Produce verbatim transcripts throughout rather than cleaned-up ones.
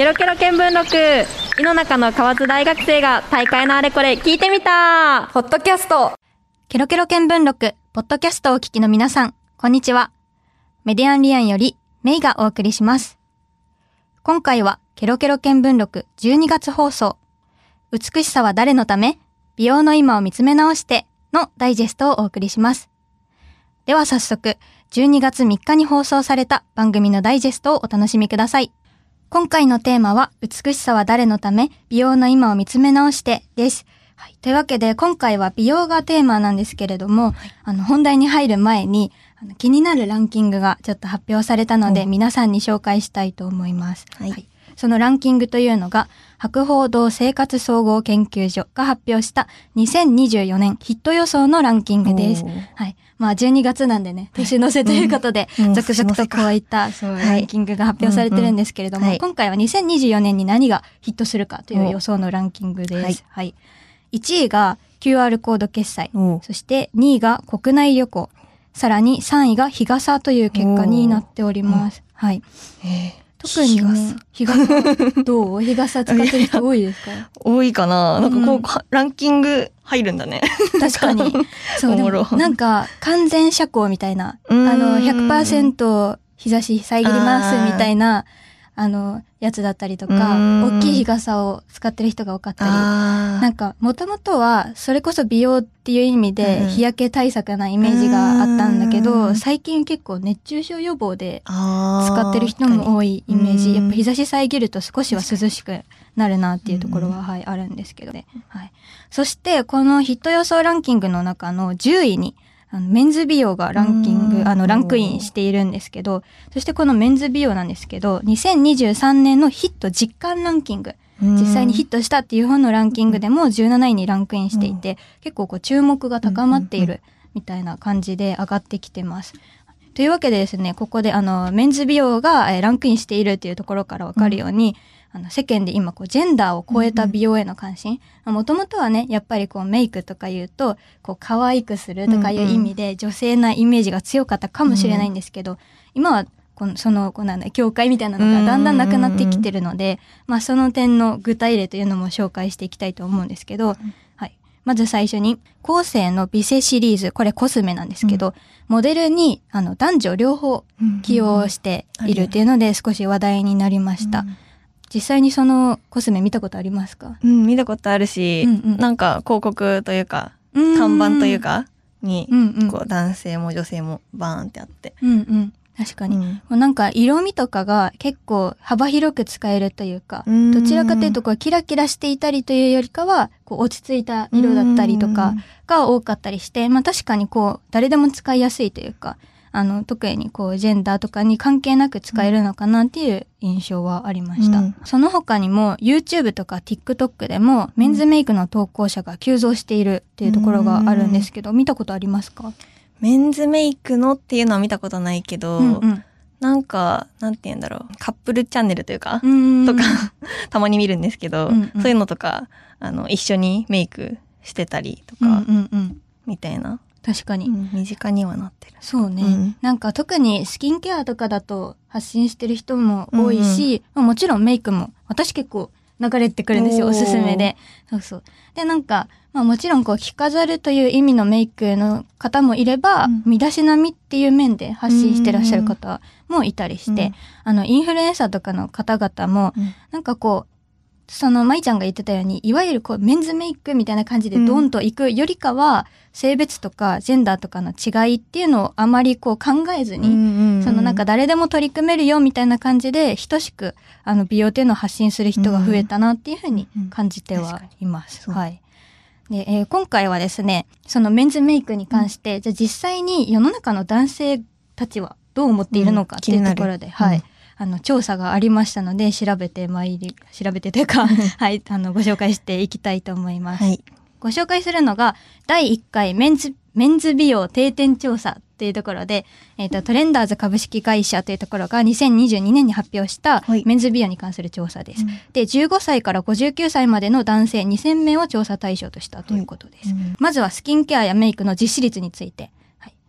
ケロケロ見聞録、井の中の河津大学生が大会のあれこれ聞いてみたポッドキャスト。 ケロケロ見聞録ポッドキャストをお聞きの皆さん、こんにちは。メディアンリアンよりメイがお送りします。今回はケロケロ見聞録じゅうにがつ放送、美しさは誰のため？美容の今を見つめ直してのダイジェストをお送りします。では早速、じゅうにがつみっかに放送された番組のダイジェストをお楽しみください。今回のテーマは、美しさは誰のため？美容の今を見つめ直してです。はい、というわけで、今回は美容がテーマなんですけれども、はい、あの本題に入る前にあの気になるランキングがちょっと発表されたので、皆さんに紹介したいと思います。はいはい、そのランキングというのが、博報堂生活総合研究所が発表したにせんにじゅうよねんヒット予想のランキングです。はい。まあじゅうにがつなんでね、年の瀬ということで、はい、続々とこういったそうランキングが発表されてるんですけれども、はい、今回はにせんにじゅうよねんに何がヒットするかという予想のランキングです。はい。はい、いちいが キューアール コード決済、そしてにいが国内旅行、さらにさんいが日傘という結果になっております。はい。特にね、日傘、どう？日傘使ってる人多いですか？ 多いかな。なんかこう、うん、ランキング入るんだね。 確かに。そう、でもなんか完全遮光みたいな、あの ひゃくパーセント 日差し遮りますみたいな、あの、やつだったりとか、大きい日傘を使ってる人が多かったり、なんか、もともとは、それこそ美容っていう意味で、日焼け対策なイメージがあったんだけど、最近結構熱中症予防で使ってる人も多いイメージ。やっぱ日差し遮ると少しは涼しくなるなっていうところは、はい、あるんですけどね。はい。そして、このヒット予想ランキングの中のじゅういに、あのメンズ美容がランキング、あの、ランクインしているんですけど、そしてこのメンズ美容なんですけど、にせんにじゅうさんねんのヒット実感ランキング、実際にヒットしたっていう方のランキングでもじゅうなないにランクインしていて、結構こう注目が高まっているみたいな感じで上がってきてます。というわけでですね、ここであの、メンズ美容がランクインしているっていうところからわかるように、あの世間で今こうジェンダーを超えた美容への関心、もともとはねやっぱりこうメイクとか言うとこう可愛くするとかいう意味で女性なイメージが強かったかもしれないんですけど、今はこのそのこうなんだ境界みたいなのがだんだんなくなってきてるので、まあその点の具体例というのも紹介していきたいと思うんですけど、はい、まず最初にコーセーの美声シリーズ、これコスメなんですけど、うん、モデルにあの男女両方起用しているっていうので少し話題になりました。うんうん、実際にそのコスメ見たことありますか？ うん、見たことあるし、うんうん、なんか広告というか、看板というかに、うんうん、こう男性も女性もバーンってあって。 うんうん、確かに、うん。もうなんか色味とかが結構幅広く使えるというか、どちらかというとこうキラキラしていたりというよりかは、こう落ち着いた色だったりとかが多かったりして、まあ確かにこう誰でも使いやすいというか、あの、特にこう、ジェンダーとかに関係なく使えるのかなっていう印象はありました。うん、その他にも、YouTube とか TikTok でも、メンズメイクの投稿者が急増しているっていうところがあるんですけど、うん、見たことありますか？ メンズメイクのっていうのは見たことないけど、うんうん、なんか、なんて言うんだろう、カップルチャンネルというか、うんとか、たまに見るんですけど、うんうん、そういうのとか、あの、一緒にメイクしてたりとか、うんうんうん、みたいな。 確かに、うん、 身近にはなってる。 そうね、うん、なんか特にスキンケアとかだと発信してる人も多いし、うんうん、もちろんメイクも私結構流れてくるんですよ、おすすめで。そうそうでなんか、まあ、もちろんこう着飾るという意味のメイクの方もいれば、うん、身だしなみっていう面で発信してらっしゃる方もいたりして、うん、あのインフルエンサーとかの方々も、うん、なんかこうその舞ちゃんが言ってたようにいわゆるこうメンズメイクみたいな感じでドンといくよりかは、うん、性別とかジェンダーとかの違いっていうのをあまりこう考えずに、うんうんうん、そのなんか誰でも取り組めるよみたいな感じで等しくあの美容っていうのを発信する人が増えたなっていうふうに感じてはいます。うんうん、はい。で、えー、今回はですね、そのメンズメイクに関して、うん、じゃあ実際に世の中の男性たちはどう思っているのかっていうところで、うん、はい。あの調査がありましたので調べてまいり調べてというかはいあのご紹介していきたいと思います。はい、ご紹介するのがだいいっかいメンズメンズ美容定点調査というところで、えっとトレンダーズ株式会社というところがにせんにじゅうにねんに発表したメンズ美容に関する調査です。はい、でじゅうごさいからごじゅうきゅうさいまでの男性にせんめいを調査対象としたということです。はい、うん、まずはスキンケアやメイクの実施率について。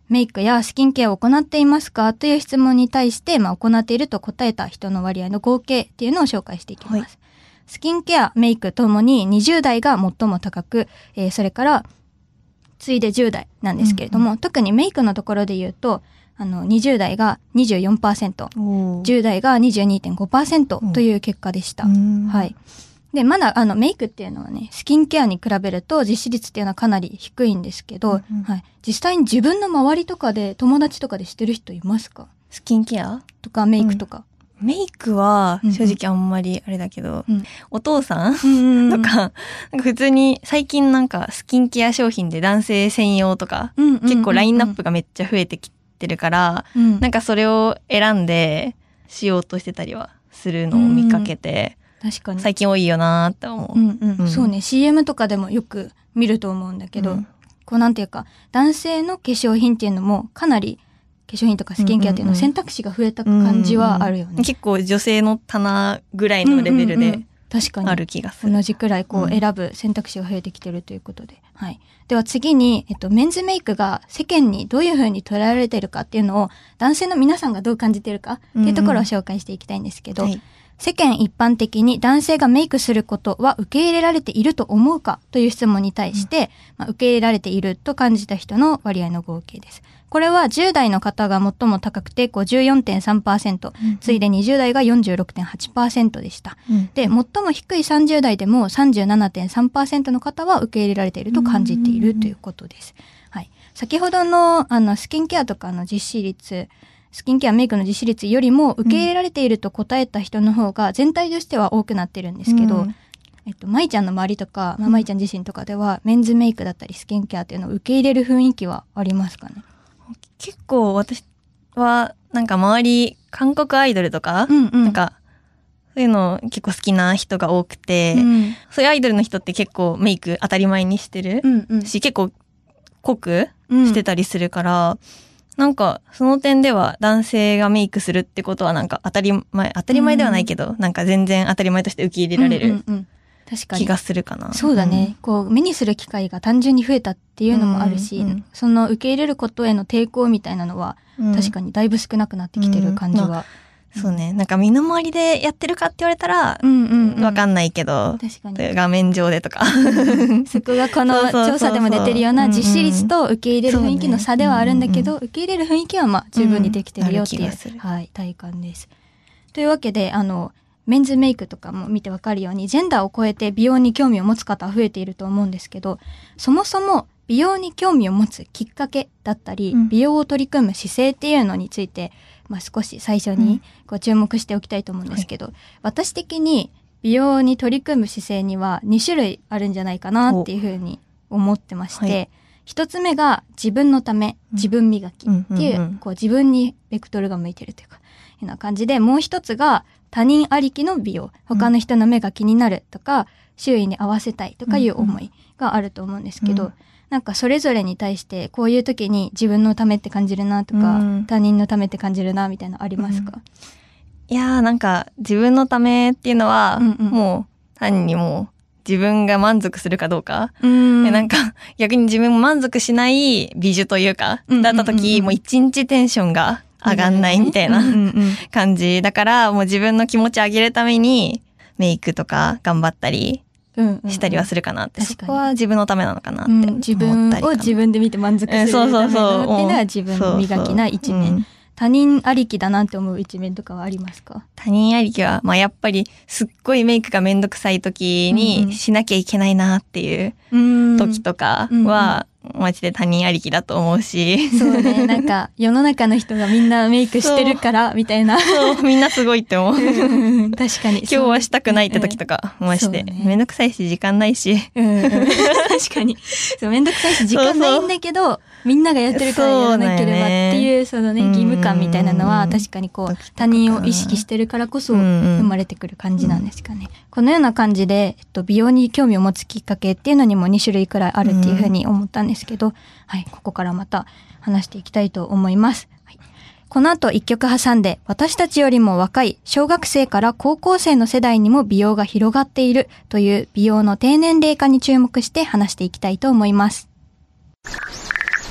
メイクやスキンケアを行っていますかという質問に対して、まあ、行っていると答えた人の割合の合計っていうのを紹介していきます。はい、スキンケア、メイクともににじゅう代が最も高く、えー、それから次いでじゅう代なんですけれども、うんうん、特にメイクのところで言うと、あの、にじゅう代が にじゅうよんパーセント、じゅう代が にじゅうにてんごパーセント という結果でした。はい。で、まだ、あの、メイクっていうのはね、スキンケアに比べると実施率っていうのはかなり低いんですけど、うんうん、はい。実際に自分の周りとかで、友達とかでしてる人いますか？ スキンケアとかメイクとか。 うん、メイクは、正直あんまりあれだけど、うんうん、お父さん、うんうん、とか、なんか普通に最近なんかスキンケア商品で男性専用とか、うんうんうんうん、結構ラインナップがめっちゃ増えてきてるから、うん、なんかそれを選んでしようとしてたりはするのを見かけて、うん、確かに最近多いよなーって思う、 うんうんうん、そうね シーエム とかでもよく見ると思うんだけど、うん、こうなんていうか男性の化粧品っていうのもかなり化粧品とかスキンケアっていうの選択肢が増えた感じはあるよね、うんうんうん、 結構女性の棚ぐらいのレベルで確かにある気がする。 同じくらいこう選ぶ選択肢が増えてきてるということで、はい。では次に、えっと、メンズメイクが世間にどういう風に捉えられているかっていうのを男性の皆さんがどう感じているかっていうところを紹介していきたいんですけど、うんうん、はい、世間一般的に男性がメイクすることは受け入れられていると思うかという質問に対して、うんまあ、受け入れられていると感じた人の割合の合計です。これはじゅう代の方が最も高くて ごじゅうよんてんさんパーセント、うん、次いでにじゅう代が よんじゅうろくてんはちパーセント でした、うん、で最も低いさんじゅう代でも さんじゅうななてんさんパーセント の方は受け入れられていると感じているということです、はい、先ほど の, あのスキンケアとかの実施率スキンケアメイクの実施率よりも受け入れられていると答えた人の方が全体としては多くなってるんですけど、うんえっと、舞ちゃんの周りとか、まあ、舞ちゃん自身とかではメンズメイクだったりスキンケアっていうのを受け入れる雰囲気はありますかね？ 結構私はなんか周り韓国アイドルとか、うんうん、なんかそういうの結構好きな人が多くて、うん、そういうアイドルの人って結構メイク当たり前にしてる、うんうん、し結構濃くしてたりするから、うん、なんかその点では男性がメイクするってことはなんか当たり前当たり前ではないけど、うん、なんか全然当たり前として受け入れられる、うんうんうん確かに気がするかな。 そうだね、うん、こう目にする機会が単純に増えたっていうのもあるし、うんうん、その受け入れることへの抵抗みたいなのは、うん、確かにだいぶ少なくなってきてる感じは、うんまあうん、そうねなんか身の回りでやってるかって言われたら、うんうんうん、わかんないけど確かに画面上でとかそこがこの調査でも出てるような実施率と受け入れる雰囲気の差ではあるんだけど、うんうん、受け入れる雰囲気はまあ十分にできてるよっていう、うんはい、体感です。というわけであのメンズメイクとかも見てわかるようにジェンダーを超えて美容に興味を持つ方は増えていると思うんですけど、そもそも美容に興味を持つきっかけだったり、うん、美容を取り組む姿勢っていうのについて、まあ、少し最初にこう注目しておきたいと思うんですけど、うんはい、私的に美容に取り組む姿勢にはに種類あるんじゃないかなっていうふうに思ってまして、はい、一つ目が自分のため自分磨きっていう、うんうんうん、こう自分にベクトルが向いてるというかいうな感じで、もう一つが他人ありきの美容、他の人の目が気になるとか、うん、周囲に合わせたいとかいう思いがあると思うんですけど、うん、なんかそれぞれに対してこういう時に自分のためって感じるなとか、うん、他人のためって感じるなみたいなのありますか？うん、 いやーなんか自分のためっていうのは、うんうん、もう単にもう自分が満足するかどうか、うん、なんか逆に自分も満足しない美女というか、うんうんうんうん、だった時もう一日テンションが上がんないみたいな感じだから、もう自分の気持ち上げるためにメイクとか頑張ったりしたりはするかなって、うんうんうん、そこは自分のためなのかなって思ったりかな、うん、 自分を自分で見て満足するためなのっていうのは自分磨きな一面、そうそう、うん、他人ありきだなって思う一面とかはありますか？ 他人ありきは、まあ、やっぱりすっごいメイクがめんどくさい時にしなきゃいけないなっていう時とかは、うんうんうんマジで他人ありきだと思うし。 そうね。なんか、世の中の人がみんなメイクしてるから、みたいな。 そう、みんなすごいって思う。 確かに。 今日はしたくないって時とか、マジで。ね、めんどくさいし、時間ないし。 うんうん、確かに。そう、めんどくさいし、時間ないんだけど、そうそうみんながやってるからやらなければっていう、そのね、義務感みたいなのは、確かにこう、他人を意識してるからこそ、生まれてくる感じなんですかね。このような感じで、えっと、美容に興味を持つきっかけっていうのにもに種類くらいあるっていうふうに思ったんですけど、はい、ここからまた話していきたいと思います。はい、この後一曲挟んで、私たちよりも若い小学生から高校生の世代にも美容が広がっているという美容の低年齢化に注目して話していきたいと思います。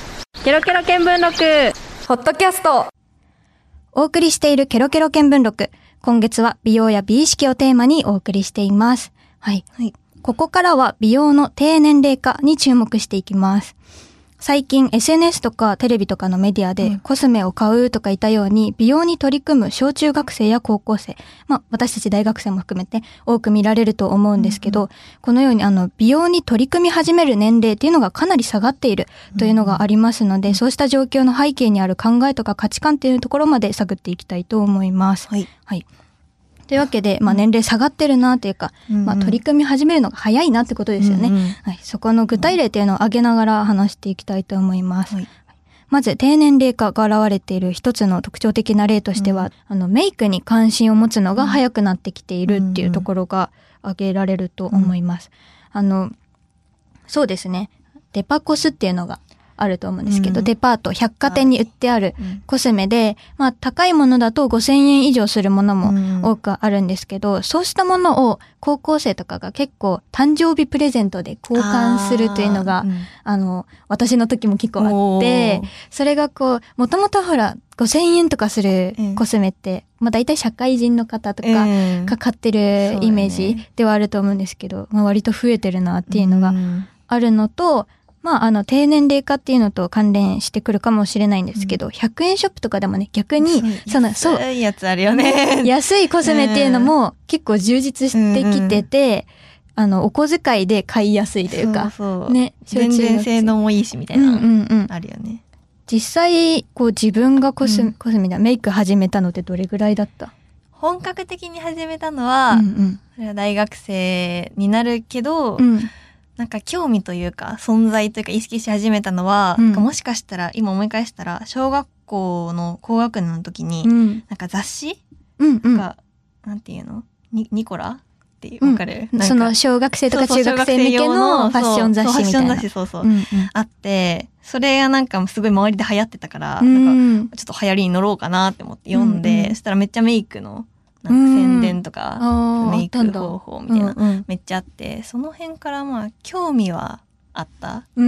ケロケロ見聞録ポッドキャスト。 お送りしているケロケロ見聞録。今月は美容や美意識をテーマにお送りしています。はい。はい、ここからは美容の低年齢化に注目していきます。最近 エスエヌエス とかテレビとかのメディアでコスメを買うとかいたように美容に取り組む小中学生や高校生、まあ私たち大学生も含めて多く見られると思うんですけど、うんうん、このようにあの美容に取り組み始める年齢っていうのがかなり下がっているというのがありますので、うん、そうした状況の背景にある考えとか価値観っていうところまで探っていきたいと思います。はい。はい。というわけで、まあ年齢下がってるなというか、うんうん、まあ取り組み始めるのが早いなってことですよね。うんうん、はい。そこの具体例っていうのを挙げながら話していきたいと思います。はい、まず低年齢化が現れている一つの特徴的な例としては、うん、あのメイクに関心を持つのが早くなってきているっていうところが挙げられると思います。うん、あの、そうですね。デパコスっていうのがあると思うんですけど、うん、デパート、百貨店に売ってあるコスメで、まあ高いものだとごせんえん以上するものも多くあるんですけど、うん、そうしたものを高校生とかが結構誕生日プレゼントで交換するというのが、あ,、うん、あの、私の時も結構あって、それがこう、もともとほら、ごせんえんとかするコスメって、うん、まあ大体社会人の方とかが買ってるイメージではあると思うんですけど、まあ割と増えてるなっていうのがあるのと、まあ、あの、低年齢化っていうのと関連してくるかもしれないんですけど、うん、ひゃくえんショップとかでもね、逆に、その、そう。 安いやつあるよね。 安いコスメっていうのも結構充実してきてて、うん、あの、お小遣いで買いやすいというか、 そうそうね。全然性能もいいしみたいな、うんうんうん、あるよね。 実際、こう自分がコス、うん、コスメだ、メイク始めたのってどれぐらいだった？ 本格的に始めたのは、うんうん、大学生になるけど、うんなんか興味というか存在というか意識し始めたのは、うん、もしかしたら今思い返したら小学校の高学年の時に、うん、なんか雑誌、うんうん、がなんていうのニニコラっていうわかる、 うん、その小学生とか中学生向けのファッション雑誌みたいな。 ファッション雑誌そうそう、うんうん、あってそれがなんかすごい周りで流行ってたから、うん、なんかちょっと流行りに乗ろうかなって思って読んで、うんうん、そしたらめっちゃメイクのなんか宣伝とか、うん、メイク方法みたいな、うんうん、めっちゃあって、その辺からまあ興味はあった、うん、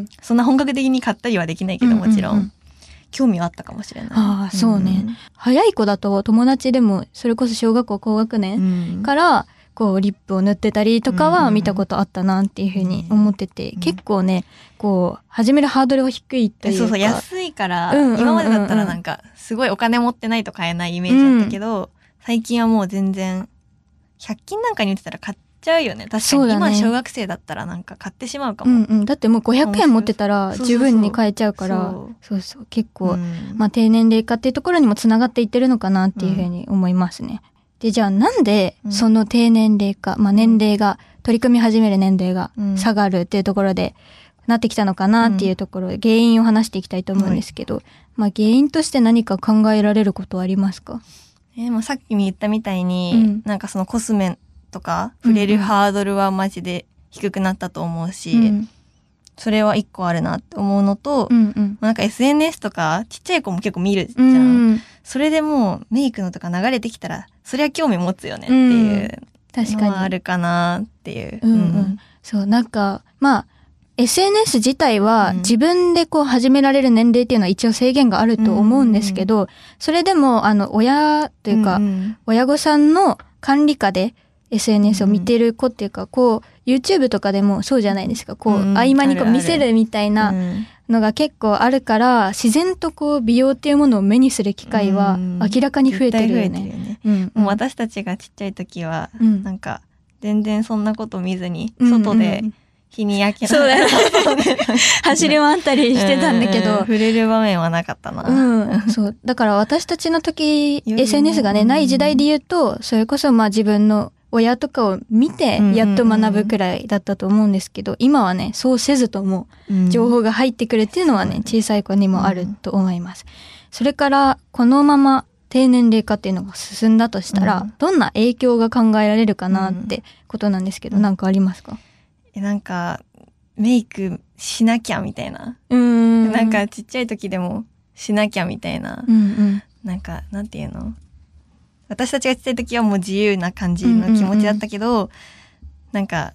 そんな本格的に買ったりはできないけどもちろん、うんうんうん、興味はあったかもしれない。 ああ、そうね、うん、早い子だと友達でもそれこそ小学校高学年からこうリップを塗ってたりとかは見たことあったなっていうふうに思ってて、うん、結構ねこう始めるハードルは低いっていうか、 そうそう安いから、うんうんうんうん、今までだったらなんかすごいお金持ってないと買えないイメージだったけど、うん最近はもう全然ひゃく均なんかに売ってたら買っちゃうよね。確かに今小学生だったらなんか買ってしまうかも。 うんうん、だってもうごひゃくえん持ってたら十分に買えちゃうから、そうそう結構、うん、まあ低年齢化っていうところにもつながっていってるのかなっていうふうに思いますね。うん、でじゃあなんでその低年齢化、まあ年齢が取り組み始める年齢が下がるっていうところでなってきたのかなっていうところで原因を話していきたいと思うんですけど、うん、まあ原因として何か考えられることはありますか？ えー、でもさっきも言ったみたいに、うん、なんかそのコスメとか触れるハードルはマジで低くなったと思うし、うん、それは一個あるなって思うのと、うんうん、なんか エスエヌエス とかちっちゃい子も結構見るじゃん。うん、それでもうメイクのとか流れてきたらそりゃ興味持つよねっていうのはあるかなっていう。 うんうん、そうなんかまあエスエヌエス 自体は自分でこう始められる年齢っていうのは一応制限があると思うんですけど、それでもあの親というか親御さんの管理下で エスエヌエス を見てる子っていうか、こう YouTube とかでもそうじゃないですか。こう合間にこう見せるみたいなのが結構あるから、自然とこう美容っていうものを目にする機会は明らかに増えてるよね。 もう私たちがちっちゃい時はなんか全然そんなこと見ずに外で日に焼けそうだよね。走り回ったりしてたんだけど、うんうん、 触れる場面はなかったな。 うん、そう。だから私たちの時、エスエヌエス がね、ない時代で言うと、それこそまあ自分の親とかを見て、やっと学ぶくらいだったと思うんですけど、今はね、そうせずとも、情報が入ってくるっていうのはね、小さい子にもあると思います。それから、このまま低年齢化っていうのが進んだとしたら、どんな影響が考えられるかなってことなんですけど、何かありますか？ なんかメイクしなきゃみたいな、うーんなんかちっちゃい時でもしなきゃみたいな、うんうん、なんかなんていうの、私たちがちっちゃい時はもう自由な感じの気持ちだったけど、うんうんうん、なんか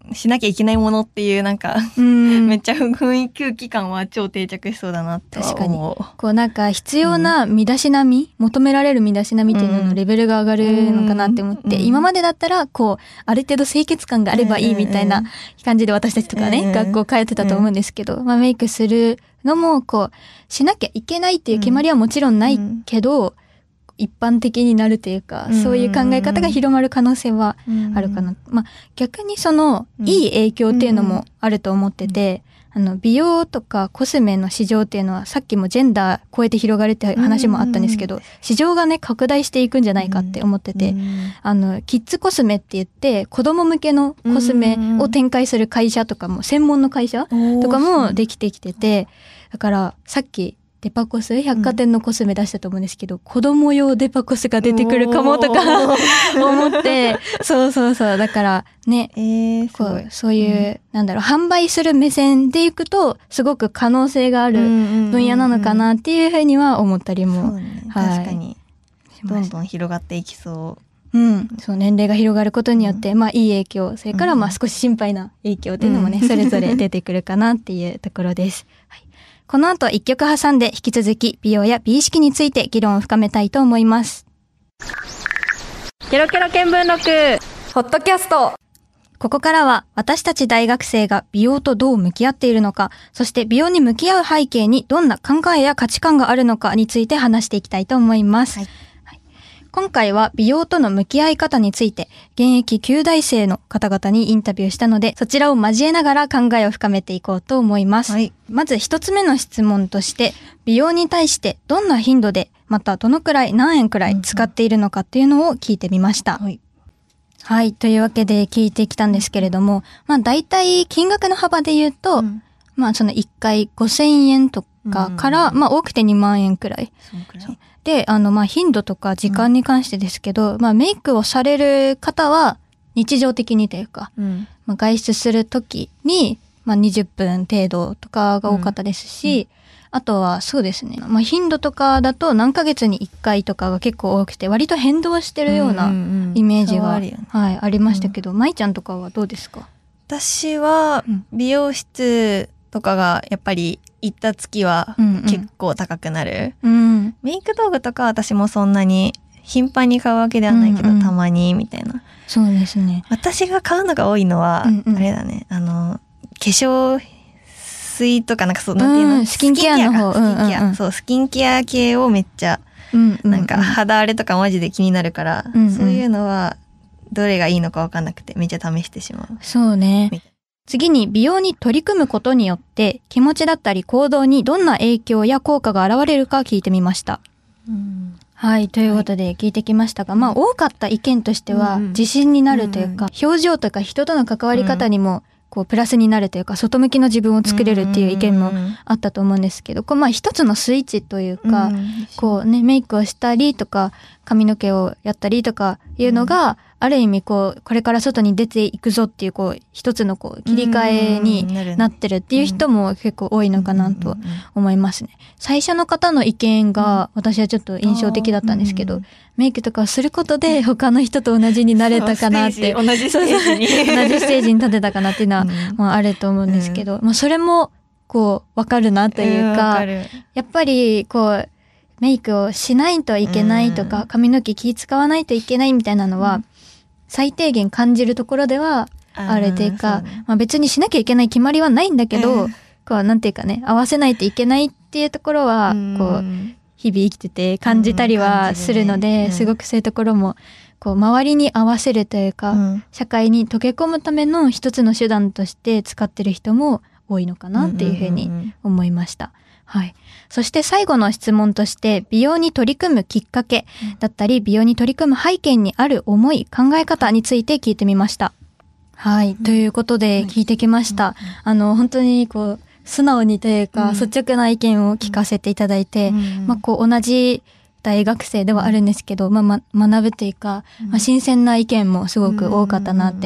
しなきゃいけないものっていうなんか、うん、めっちゃ雰囲気空気感は超定着しそうだなって思う。確かに。 こうなんか必要な身だしなみ、うん、求められる身だしなみっていうののレベルが上がるのかなって思って、うん、今までだったらこうある程度清潔感があればいいみたいな感じで私たちとかね、うん、学校通ってたと思うんですけど、まあメイクするのもこうしなきゃいけないっていう決まりはもちろんないけど、うん、一般的になるというか、そういう考え方が広まる可能性はあるかな。まあ逆にそのいい影響っていうのもあると思ってて、あの美容とかコスメの市場っていうのはさっきもジェンダー超えて広がるって話もあったんですけど、市場がね拡大していくんじゃないかって思ってて、あのキッズコスメって言って子供向けのコスメを展開する会社とかも専門の会社とかもできてきてて、だからさっきデパコス百貨店のコスメ出したと思うんですけど、うん、子供用デパコスが出てくるかもとか思ってそうそうそうだからね、えー、こうそういう、うん、なんだろう販売する目線でいくとすごく可能性がある分野なのかなっていうふうには思ったりも、 そうね、はい、確かにどんどん広がっていきそう。 うん、そう年齢が広がることによって、うん、まあいい影響、それからまあ少し心配な影響っていうのもね、うん、それぞれ出てくるかなっていうところです。はい、この後一曲挟んで引き続き美容や美意識について議論を深めたいと思います。 ケロケロ見聞録ポッドキャスト。 ここからは私たち大学生が美容とどう向き合っているのか、そして美容に向き合う背景にどんな考えや価値観があるのかについて話していきたいと思います。はいはい、今回は美容との向き合い方について現役きゅう大生の方々にインタビューしたので、そちらを交えながら考えを深めていこうと思います。はい、まず一つ目の質問として、美容に対してどんな頻度で、またどのくらい何円くらい使っているのかっていうのを聞いてみました。うんうん、はいはい。というわけで聞いてきたんですけれども、まあ大体金額の幅で言うと、うん、まあそのいっかいごせんえんとかから、うん、まあ多くてにまんえんくらい。くらいで、あのまあ頻度とか時間に関してですけど、うん、まあメイクをされる方は日常的にというか、うん、まあ、外出するときに、まあにじゅっぷん程度とかが多かったですし、うんあとはそうですね、まあ、頻度とかだと何ヶ月にいっかいとかが結構多くて割と変動してるようなイメージが、うんうんうんね、はい、ありましたけど、うん、舞ちゃんとかはどうですか？ 私は美容室とかがやっぱり行った月は結構高くなる、うんうん、メイク道具とか私もそんなに頻繁に買うわけではないけど、うんうん、たまにみたいな。 そうですね。 私が買うのが多いのは、うんうん、あれだね、あの化粧水とかなんかそうなんていうの、うん、 スキンケアの方、 スキンケア、うんうん、そうスキンケア系をめっちゃ、うんうん、なんか肌荒れとかマジで気になるから、うんうん、そういうのはどれがいいのか分かんなくてめっちゃ試してしまう。 そうね。次に美容に取り組むことによって気持ちだったり行動にどんな影響や効果が現れるか聞いてみました。うん、はいということで聞いてきましたが、はい、まあ多かった意見としては、うん、自信になるというか、うん、表情とか人との関わり方にも、うんこうプラスになるというか外向きの自分を作れるっていう意見もあったと思うんですけど、こうまあ一つのスイッチというか、こうねメイクをしたりとか髪の毛をやったりとかいうのがある意味こうこれから外に出ていくぞっていうこう一つのこう切り替えになってるっていう人も結構多いのかなと思いますね。最初の方の意見が私はちょっと印象的だったんですけど、メイクとかをすることで他の人と同じになれたかなって、 同じステージに同じステージに立てたかなっていうのは、まあ、あると思うんですけど、うん、まあそれもこうわかるなというか、うん、やっぱりこうメイクをしないといけないとか、うん、髪の毛気使わないといけないみたいなのは、うん、最低限感じるところではあるというか、ね、まあ別にしなきゃいけない決まりはないんだけど、うん、こうなんていうかね合わせないといけないっていうところは、うん、こう日々生きてて感じたりはするので、うんねうん、すごくそういうところもこう周りに合わせるというか、うん、社会に溶け込むための一つの手段として使ってる人も多いのかなっていうふうに思いました。はい。そして最後の質問として美容に取り組むきっかけだったり美容に取り組む背景にある思い考え方について聞いてみました。はい。ということで聞いてきました。あの本当にこう素直にというか、うん、率直な意見を聞かせていただいて、うん、まあこう同じ大学生ではあるんですけど、まあ、ま学ぶというか、うんまあ、新鮮な意見もすごく多かったなって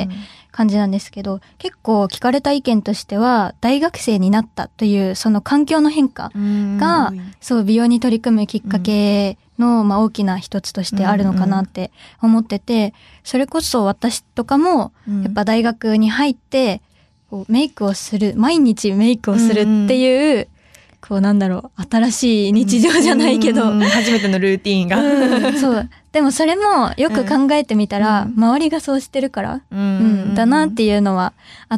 感じなんですけど、結構聞かれた意見としては、大学生になったというその環境の変化が、そう美容に取り組むきっかけの、まあ、大きな一つとしてあるのかなって思ってて、それこそ私とかもやっぱ大学に入ってこうメイクをする、毎日メイクをするっていう、こうなんだろう、新しい日常じゃないけど、 うんうん、初めてのルーティーンが、 うん、そうでもそれもよく考えてみたら、うん、周りがそうしてるから、うんうん、だなっていうのはあって、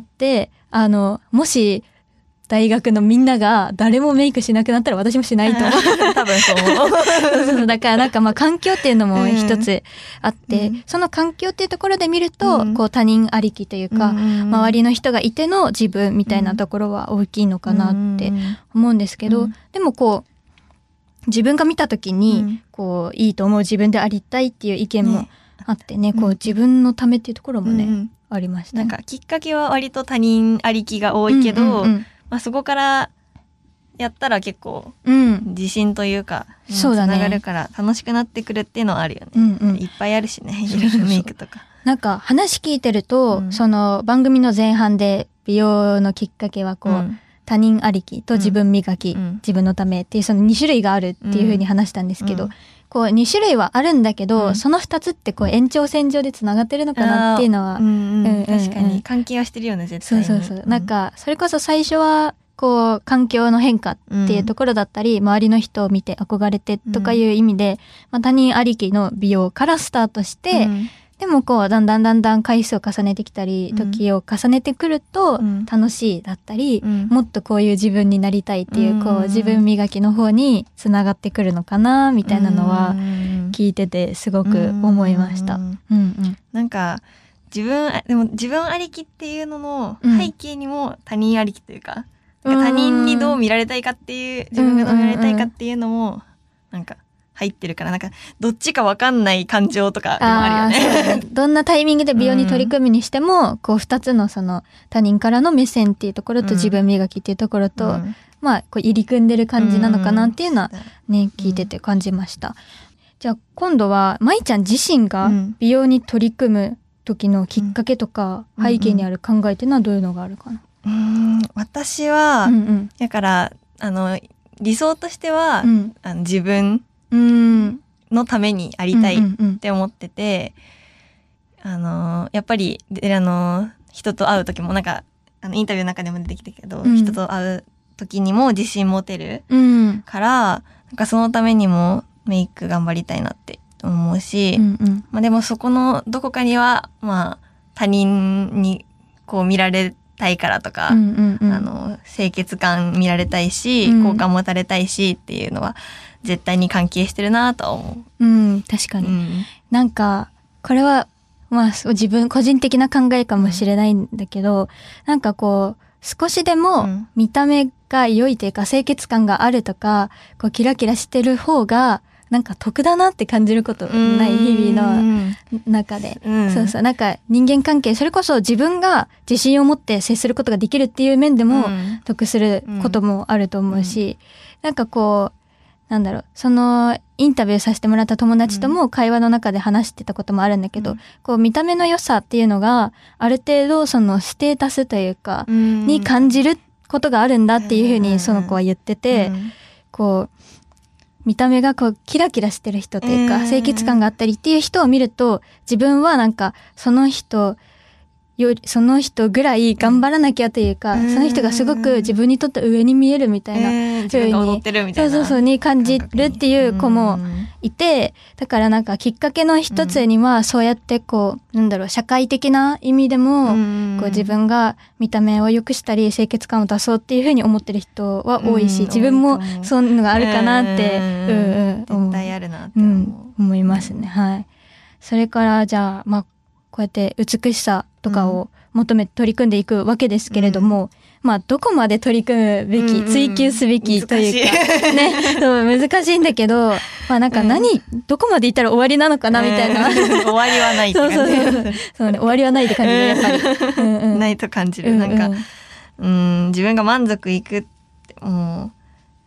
あのもし大学のみんなが誰もメイクしなくなったら私もしないと思う。 多分そう思う。 そうそう、だからなんかまあ環境っていうのも一つあって、うん、その環境っていうところで見ると、うん、こう他人ありきというか、うん、周りの人がいての自分みたいなところは大きいのかなって思うんですけど、うん、でもこう自分が見た時にこういいと思う自分でありたいっていう意見もあってね、こう自分のためっていうところもね、うん、ありました、ね。 なんかきっかけは割と他人ありきが多いけど、うんうんうん、まあ、そこからやったら結構自信というか、うん、つながるから楽しくなってくるっていうのはあるよね、うんうん、いっぱいあるしね、いろいろメイクとか。 なんか話聞いてると、うん、その番組の前半で美容のきっかけはこう、うん、他人ありきと自分磨き、うん、自分のためっていうそのに種類があるっていう風に話したんですけど、うん、こうに種類はあるんだけど、うん、そのふたつってこう延長線上でつながってるのかなっていうのは、 うんうんうん、確かに関係はしてるよね、絶対に。 そうそうそう、なんかそれこそ最初はこう環境の変化っていうところだったり、うん、周りの人を見て憧れてとかいう意味で、うん、まあ、他人ありきの美容からスタートして、うん、でもこうだんだんだんだん回数を重ねてきたり、うん、時を重ねてくると楽しいだったり、うん、もっとこういう自分になりたいっていう、うん、こう自分磨きの方につながってくるのかなみたいなのは聞いててすごく思いました。うんうん、 なんか自分でも自分ありきっていうのの背景にも他人ありきというか、うん、他人にどう見られたいかっていう自分がどう見られたいかっていうのもなんか入ってるから、なんかどっちか分かんない感情とかでもあるよね。 どんなタイミングで美容に取り組むにしても、うん、こう二つのその他人からの目線っていうところと自分磨きっていうところと、うん、まあこう入り組んでる感じなのかなっていうのはね、うん、聞いてて感じました。じゃあ今度はまいちゃん自身が美容に取り組む時のきっかけとか背景にある考えっていうのはどういうのがあるかな。 うーん、私は、うんうん、だからあの理想としては、うん、あの自分のためにありたいって思ってて、うんうんうん、あのやっぱりであの人と会う時もなんかあのインタビューの中でも出てきたけど、うん、人と会う時にも自信持てるから、うん、なんかそのためにもメイク頑張りたいなって思うし、うんうん、まあ、でもそこのどこかにはまあ他人にこう見られたいからとか、うんうんうん、あの清潔感見られたいし、うん、好感持たれたいしっていうのは絶対に関係してるなと思う。うん、確かに、うん、なんかこれはまあ自分個人的な考えかもしれないんだけど、うん、なんかこう少しでも見た目が良いというか清潔感があるとか、こうキラキラしてる方がなんか得だなって感じることない日々の中で、うん、そうそう、なんか人間関係、それこそ自分が自信を持って接することができるっていう面でも得することもあると思うし、うん、なんかこうなんだろう、そのインタビューさせてもらった友達とも会話の中で話してたこともあるんだけど、うん、こう見た目の良さっていうのがある程度そのステータスというかに感じることがあるんだっていうふうにその子は言ってて、うん、こう見た目がこうキラキラしてる人というか清潔感があったりっていう人を見ると、自分はなんかその人よりその人ぐらい頑張らなきゃというか、その人がすごく自分にとって上に見えるみたいな風に、そうそうそうに感じるっていう子もいて、だからなんかきっかけの一つにはそうやってこうなんだろう、社会的な意味でもこう自分が見た目を良くしたり清潔感を出そうっていう風に思ってる人は多いし、自分もそういうのがあるかなって、うんうん、 絶対あるなって思う、うん、 思いますね。はい。それからじゃあまあこうやって美しさとかを求めて取り組んでいくわけですけれども、うん、まあどこまで取り組むべき、うんうん、追求すべきというかね、そう難しいんだけど、まあなんか何、うん、どこまでいったら終わりなのかなみたいな、 えー、終わりはないって感じ。そうそうそうそうね、終わりはないって感じでやっぱり、うんうん、 ないと感じる。なんか、うん、うん、自分が満足いくってもう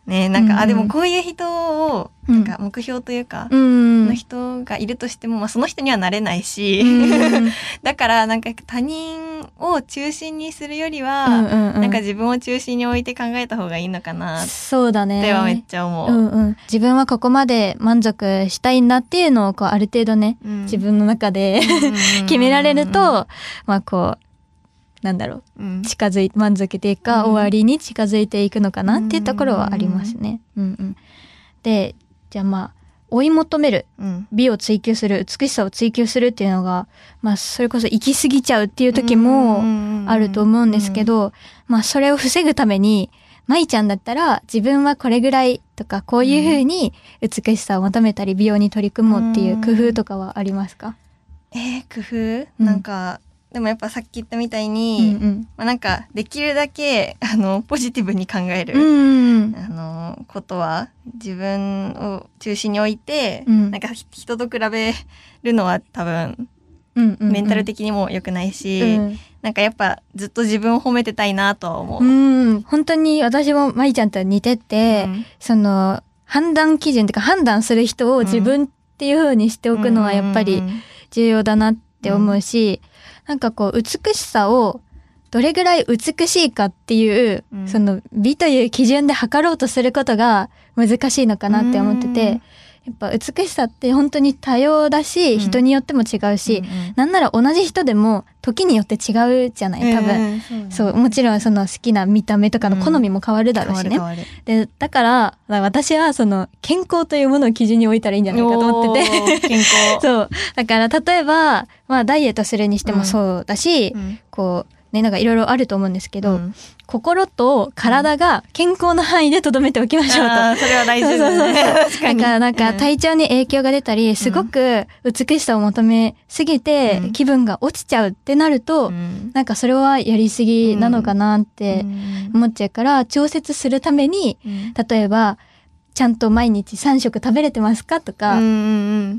ね、なんか、うん、あでもこういう人をなんか目標というか、うん、の人がいるとしても、まあ、その人にはなれないし、うん、だからなんか他人を中心にするよりは、うんうんうん、なんか自分を中心に置いて考えた方がいいのかなそうだねってはめっちゃ思う、 うんうん、自分はここまで満足したいんだっていうのをこうある程度ね、うん、自分の中で決められると、まあこうなんだろう、うん、近づい満足というか、うん、終わりに近づいていくのかなっていうところはありますね、うんうん、でじゃあまあ追い求める、うん、美を追求する美しさを追求するっていうのが、まあ、それこそ行き過ぎちゃうっていう時もあると思うんですけど、まあそれを防ぐためにまいちゃんだったら自分はこれぐらいとかこういう風に美しさを求めたり美容に取り組もうっていう工夫とかはありますか？ えー、工夫、うん、なんかでもやっぱさっき言ったみたいに、うんうんまあ、なんかできるだけあのポジティブに考える、うんうん、あのことは自分を中心に置いて、うん、なんか人と比べるのは多分、うんうんうん、メンタル的にも良くないし、うん、なんかやっぱずっと自分を褒めてたいなとは思う。 うん、本当に私もまいちゃんと似てて、うん、その判断基準っていうか判断する人を自分っていう風にしておくのはやっぱり重要だなって思うし、うんなんかこう美しさをどれぐらい美しいかっていう、うん、その美という基準で測ろうとすることが難しいのかなって思ってて、やっぱ美しさって本当に多様だし、うん、人によっても違うし、うんうん、なんなら同じ人でも時によって違うじゃない多分、えー、そうね、そうもちろんその好きな見た目とかの好みも変わるだろうしね、うん、でだから私はその健康というものを基準に置いたらいいんじゃないかと思ってて健康そうだから例えば、まあ、ダイエットするにしてもそうだし、うん、こうね、なんかいろいろあると思うんですけど、うん、心と体が健康な範囲で留めておきましょうと。 あそれは大事ですね。確かに。 だからなんか体調に影響が出たり、すごく美しさを求めすぎて気分が落ちちゃうってなると、うん、なんかそれはやりすぎなのかなって思っちゃうから、調節するために、うん、例えば、ちゃんと毎日さん食食べれてますかとか、うん、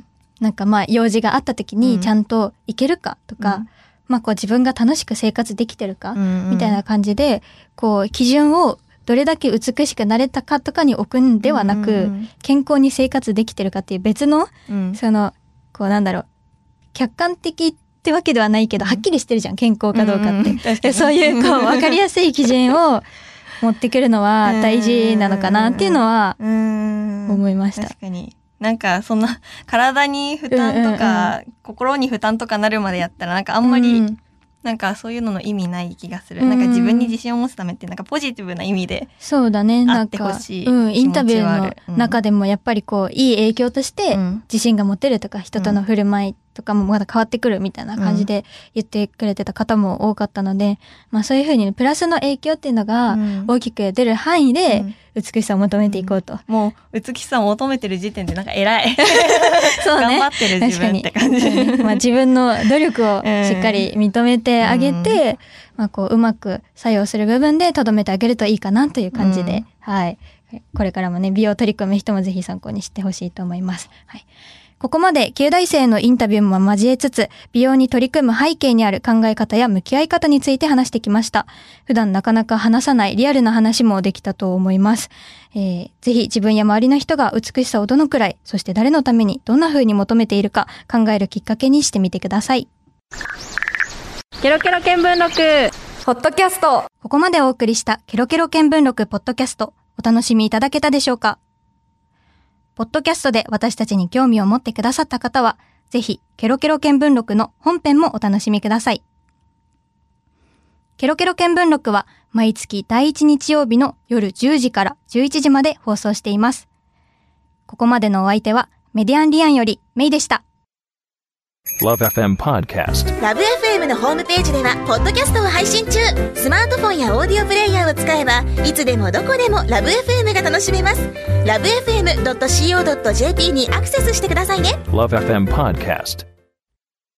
なんかまあ用事があった時にちゃんと行けるかとか、うんまあこう自分が楽しく生活できてるか、うんうん、みたいな感じで、こう基準をどれだけ美しくなれたかとかに置くんではなく、うんうん、健康に生活できてるかっていう別の、うん、その、こうなんだろう、客観的ってわけではないけど、うん、はっきりしてるじゃん、健康かどうかって。うんうん、でそういうこう分かりやすい基準を持ってくるのは大事なのかなっていうのは思いました。 確かに。なんかそんな体に負担とか、うんうんうん、心に負担とかなるまでやったらなんかあんまり、うん、なんかそういうのの意味ない気がする、うん、なんか自分に自信を持つためってなんかポジティブな意味でそうだねあってほしい、 うん、インタビューの中でもやっぱりこういい影響として自信が持てるとか、人との振る舞いとかもまだ変わってくるみたいな感じで言ってくれてた方も多かったので、まあそういうふうに、ね、プラスの影響っていうのが大きく出る範囲で美しさを求めていこうと、うんうん、もう美しさを求めてる時点でなんか偉いそう、ね、頑張ってる自分って感じ、 まあ、自分の努力をしっかり認めてあげて、うん、まあ、こううまく作用する部分で留めてあげるといいかなという感じで、うん、はいこれからもね美容取り組む人もぜひ参考にしてほしいと思います。はい、ここまできゅう大生のインタビューも交えつつ、美容に取り組む背景にある考え方や向き合い方について話してきました。普段なかなか話さないリアルな話もできたと思います。えー、ぜひ自分や周りの人が美しさをどのくらい、そして誰のためにどんな風に求めているか考えるきっかけにしてみてください。 ケロケロ見聞録ポッドキャスト。 ここまでお送りしたケロケロ見聞録ポッドキャスト、お楽しみいただけたでしょうか？ポッドキャストで私たちに興味を持ってくださった方は、ぜひ、ケロケロ見聞録の本編もお楽しみください。ケロケロ見聞録は、毎月だいいち日曜日の夜じゅうじからじゅういちじまで放送しています。ここまでのお相手は、メディアンリアンよりメイでした。 ラブ エフエム Podcast。 ラブ エフエム のホームページではポッドキャストを配信中。スマートフォンやオーディオプレイヤーを使えばいつでもどこでもラブ エフエム が楽しめます。ラブ エフエムドットシーオードットジェーピー にアクセスしてくださいね。 ラブ エフエム Podcast。